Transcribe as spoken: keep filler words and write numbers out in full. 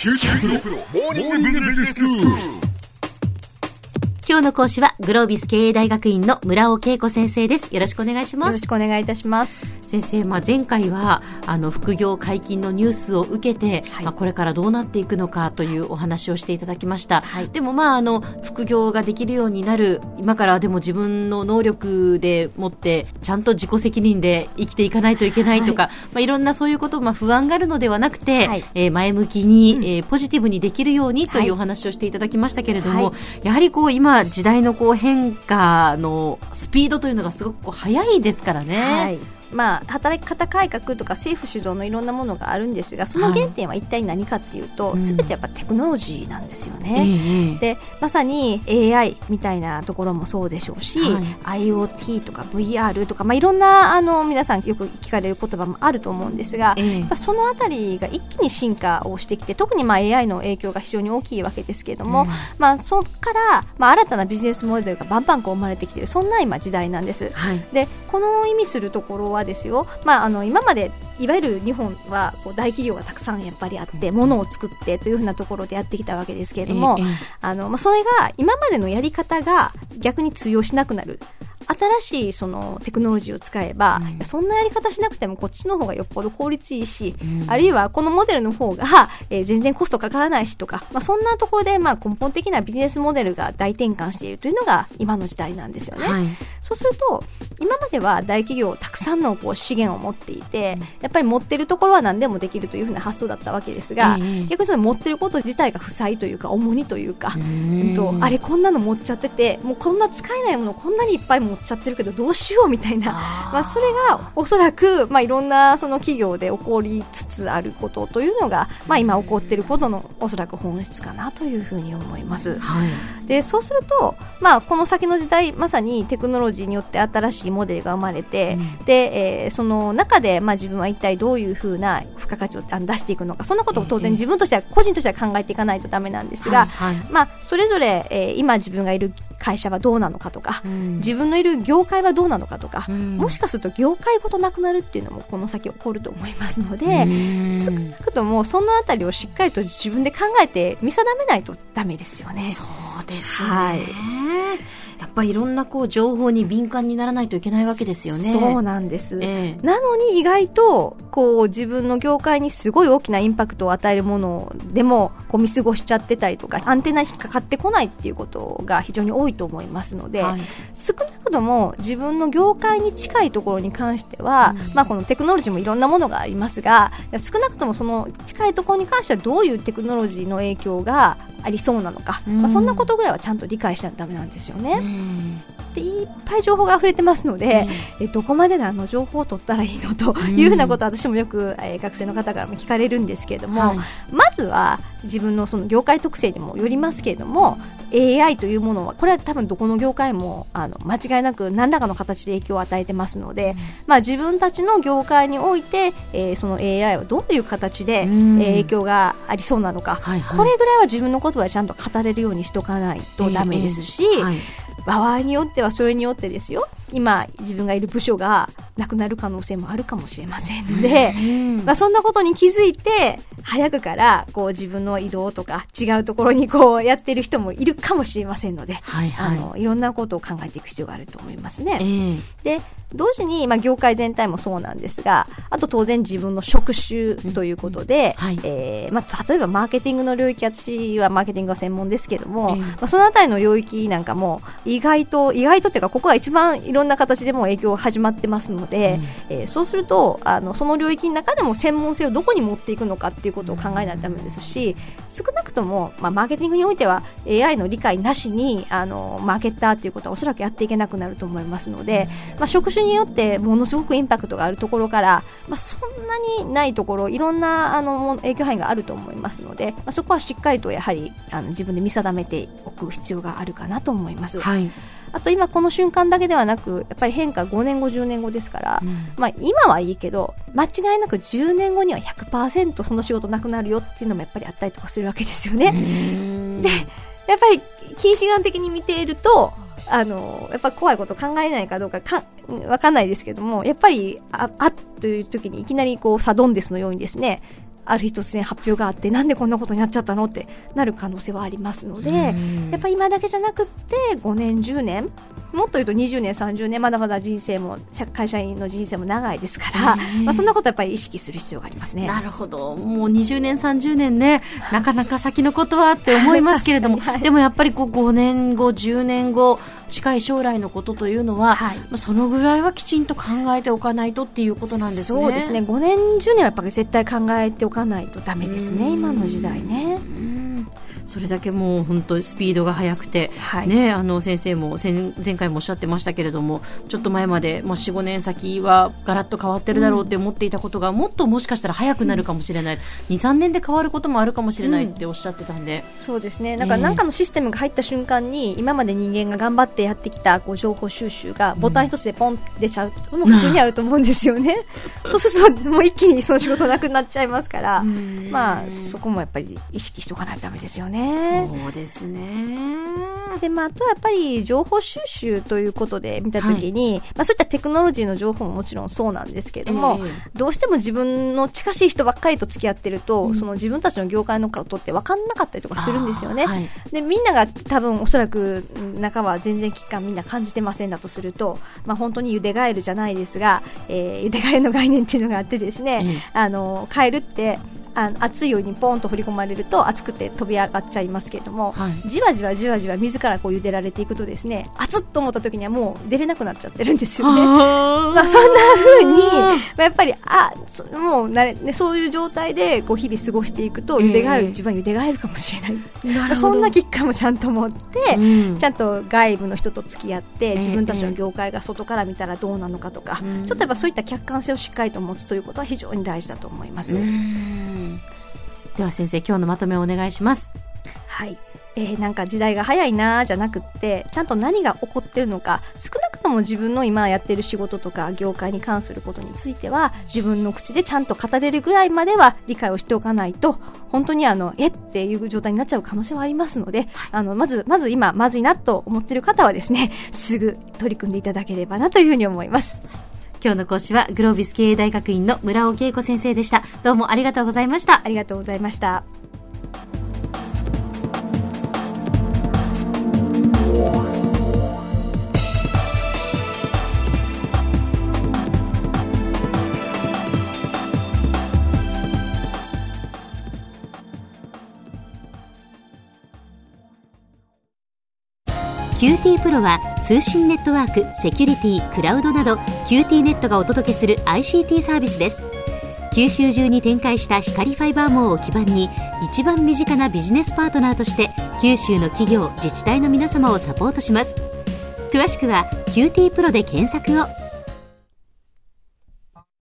キューティープロモーニングビジネススクール。 今日の講師はグロービス経営大学院の村尾恵子先生です。よろしくお願いします。 よろしくお願いいたします。 先生、まあ、前回はあの副業解禁のニュースを受けて、はい、まあ、これからどうなっていくのかというお話をしていただきました、はい、でも、まあ、あの副業ができるようになる今からでも自分の能力でもってちゃんと自己責任で生きていかないといけないとか、はい、まあ、いろんなそういうこと、まあ、不安があるのではなくて、はい、えー、前向きに、うん、えー、ポジティブにできるようにというお話をしていただきましたけれども、はい、やはりこう今時代のこう変化のスピードというのがすごくこう速いですからね。 はい、まあ、働き方改革とか政府主導のいろんなものがあるんですが、その原点は一体何かっていうと、はい、全てやっぱテクノロジーなんですよね、うん、でまさに エーアイ みたいなところもそうでしょうし、はい、IoT とか ブイアール とか、まあ、いろんなあの皆さんよく聞かれる言葉もあると思うんですが、えー、やっぱそのあたりが一気に進化をしてきて、特にまあ エーアイ の影響が非常に大きいわけですけれども、うん、まあ、そこから、まあ、新たなビジネスモデルがバンバンこう生まれてきている、そんな今時代なんです、はい、でこの意味するところはですよ、まあ、あの今までいわゆる日本はこう大企業がたくさんやっぱりあって物を作ってというふうなところでやってきたわけですけれども、えーえーあのまあ、それが今までのやり方が逆に通用しなくなる。新しいそのテクノロジーを使えば、うん、そんなやり方しなくてもこっちの方がよっぽど効率いいし、うん、あるいはこのモデルの方が、えー、全然コストかからないしとか、まあ、そんなところでまあ根本的なビジネスモデルが大転換しているというのが今の時代なんですよね、はい、そうすると今までは大企業たくさんのこう資源を持っていて、やっぱり持ってるところは何でもできるというふうな発想だったわけですが、うん、逆にその持ってること自体が負債というか重荷というか、うん、とあれこんなの持っちゃってて、もうこんな使えないものこんなにいっぱい持っちゃってるけどどうしようみたいな、あ、まあ、それがおそらく、まあ、いろんなその企業で起こりつつあることというのが、まあ、今起こっていることのおそらく本質かなというふうに思います、はい、でそうすると、まあ、この先の時代まさにテクノロジーによって新しいモデルが生まれて、うん、で、えー、その中で、まあ、自分は一体どういうふうな付加価値を出していくのか、そんなことを当然自分としては個人としては考えていかないとダメなんですが、はいはい、まあ、それぞれ、えー、今自分がいる会社はどうなのかとか、うん、自分のいる業界はどうなのかとか、うん、もしかすると業界ごとなくなるっていうのもこの先起こると思いますので、うん、少なくともそのあたりをしっかりと自分で考えて見定めないとダメですよね。 そうですね、 はい、 やっぱりいろんなこう情報に敏感にならないといけないわけですよね。 そうなんです、 えー、 なのに意外とこう自分の業界にすごい大きなインパクトを与えるものでもこう見過ごしちゃってたりとか、アンテナに引っかかってこないっていうことが非常に多いと思いますので、はい、少なくとも自分の業界に近いところに関しては、うん、まあ、このテクノロジーもいろんなものがありますが、少なくともその近いところに関してはどういうテクノロジーの影響がありそうなのか、うん、まあ、そんなことぐらいはちゃんと理解しないとダメなんですよね、うん、でいっぱい情報が溢れてますので、うん、えどこまでのあの情報を取ったらいいのというふうなことを私もよく、えー、学生の方からも聞かれるんですけれども、はい、まずは自分のその業界特性にもよりますけれども、 エーアイ というものはこれは多分どこの業界もあの間違いなく何らかの形で影響を与えてますので、うん、まあ、自分たちの業界において、えー、その エーアイ はどういう形で、うん、えー、影響がありそうなのか、はいはい、これぐらいは自分の言葉でちゃんと語れるようにしとかないとダメですし、えーえーはい、場合によってはそれによってですよ、今自分がいる部署がなくなる可能性もあるかもしれませんので、うん、まあ、そんなことに気づいて早くからこう自分の移動とか違うところにこうやってる人もいるかもしれませんので、はいはい、あのいろんなことを考えていく必要があると思いますね、えー、で同時に、まあ、業界全体もそうなんですが、あと当然自分の職種ということで、うん、はい、えーまあ、例えばマーケティングの領域、私はマーケティングが専門ですけども、えーまあ、そのあたりの領域なんかも意外と意外とっていうかここが一番いろんな形でも影響が始まってますので、うん、えー、そうするとあのその領域の中でも専門性をどこに持っていくのかっていうことを考えないとダメですし、少なくとも、まあ、マーケティングにおいては エーアイ の理解なしにあのマーケッターということはおそらくやっていけなくなると思いますので、まあ、職種によってものすごくインパクトがあるところから、まあ、そんなにないところいろんなあの影響範囲があると思いますので、まあ、そこはしっかりとやはりあの自分で見定めておく必要があるかなと思います、はい、あと今この瞬間だけではなくやっぱり変化ごねんごじゅうねんごですから、うん、まあ、今はいいけど間違いなくじゅうねんごには ひゃくパーセント その仕事なくなるよっていうのもやっぱりあったりとかするわけですよね。でやっぱり近視眼的に見ているとあのやっぱ怖いこと考えないかどうかか分かんないですけども、やっぱり あ, あっという時にいきなりこうサドンデスのようにですね、 ある日突然発表があってなんでこんなことになっちゃったのってなる可能性はありますので、やっぱり今だけじゃなくってごねんじゅうねんもっと言うとにじゅうねんさんじゅうねんまだまだ人生も会社員の人生も長いですから、まあ、そんなことやっぱり意識する必要がありますね。 なるほど。もうにじゅうねんさんじゅうねんね、なかなか先のことはって思いますけれども、はい、でもやっぱりこうごねんごじゅうねんご近い将来のことというのは、はい、そのぐらいはきちんと考えておかないとっていうことなんですね。 そうですね。ごねんじゅうねんはやっぱり絶対考えておかないとダメですね、今の時代ね。 それだけもう本当にスピードが速くて、はいね、あの先生も前回もおっしゃってましたけれども、ちょっと前までもう よん,ご 年先はガラッと変わってるだろうって思っていたことが、もっともしかしたら早くなるかもしれない、うん、にさんねんで変わることもあるかもしれないっておっしゃってたんで、 うん、そうですね。なんか何かのシステムが入った瞬間に、今まで人間が頑張ってやってきたこう情報収集がボタン一つでポンって出ちゃうとも普通にあると思うんですよね、うん、そうするともう一気にその仕事なくなっちゃいますから、うん、まあそこもやっぱり意識しておかないとダメですよね。 そうですね。 で、まあ、あとはやっぱり情報収集ということで見たときに、はい、まあ、そういったテクノロジーの情報ももちろんそうなんですけれども、えー、どうしても自分の近しい人ばっかりと付き合ってると、うん、その自分たちの業界のことって分かんなかったりとかするんですよね、はい、でみんなが多分おそらく中は全然危機感みんな感じてませんだとすると、まあ、本当にゆでガエルじゃないですが、えー、ゆでガエルの概念っていうのがあってですね、うん、あのカエルってあ熱いお湯にポンと振り込まれると熱くて飛び上がっちゃいますけれども、はい、じわじわじわじわ水からこう茹でられていくとですね、熱っと思った時にはもう出れなくなっちゃってるんですよね。あ、まあ、そんな風に、まあ、やっぱりあそもうなれ、ね、そういう状態でこう日々過ごしていくと茹でガエル、自分は茹でガエルかもしれない、まあ、そんな危機感もちゃんと持って、うん、ちゃんと外部の人と付き合って自分たちの業界が外から見たらどうなのかとか、えー、ちょっとやっぱそういった客観性をしっかりと持つということは非常に大事だと思います。うん、 では先生、今日のまとめをお願いします。 はい、えー、なんか時代が早いなじゃなくって、ちゃんと何が起こってるのか、少なくとも自分の今やってる仕事とか業界に関することについては自分の口でちゃんと語れるぐらいまでは理解をしておかないと、本当にあのえっていう状態になっちゃう可能性はありますので、あのまずまず今まずいなと思っている方はですね、すぐ取り組んでいただければなというふうに思います。 今日の講師はグロービス経営大学院の村尾恵子先生でした。どうもありがとうございました。 ありがとうございました。 キューティー プロは通信ネットワーク、セキュリティ、クラウドなど キューティー ネットがお届けする アイシーティー サービスです。九州中に展開した光ファイバー網を基盤に、一番身近なビジネスパートナーとして九州の企業、自治体の皆様をサポートします。詳しくは キューティー プロで検索を。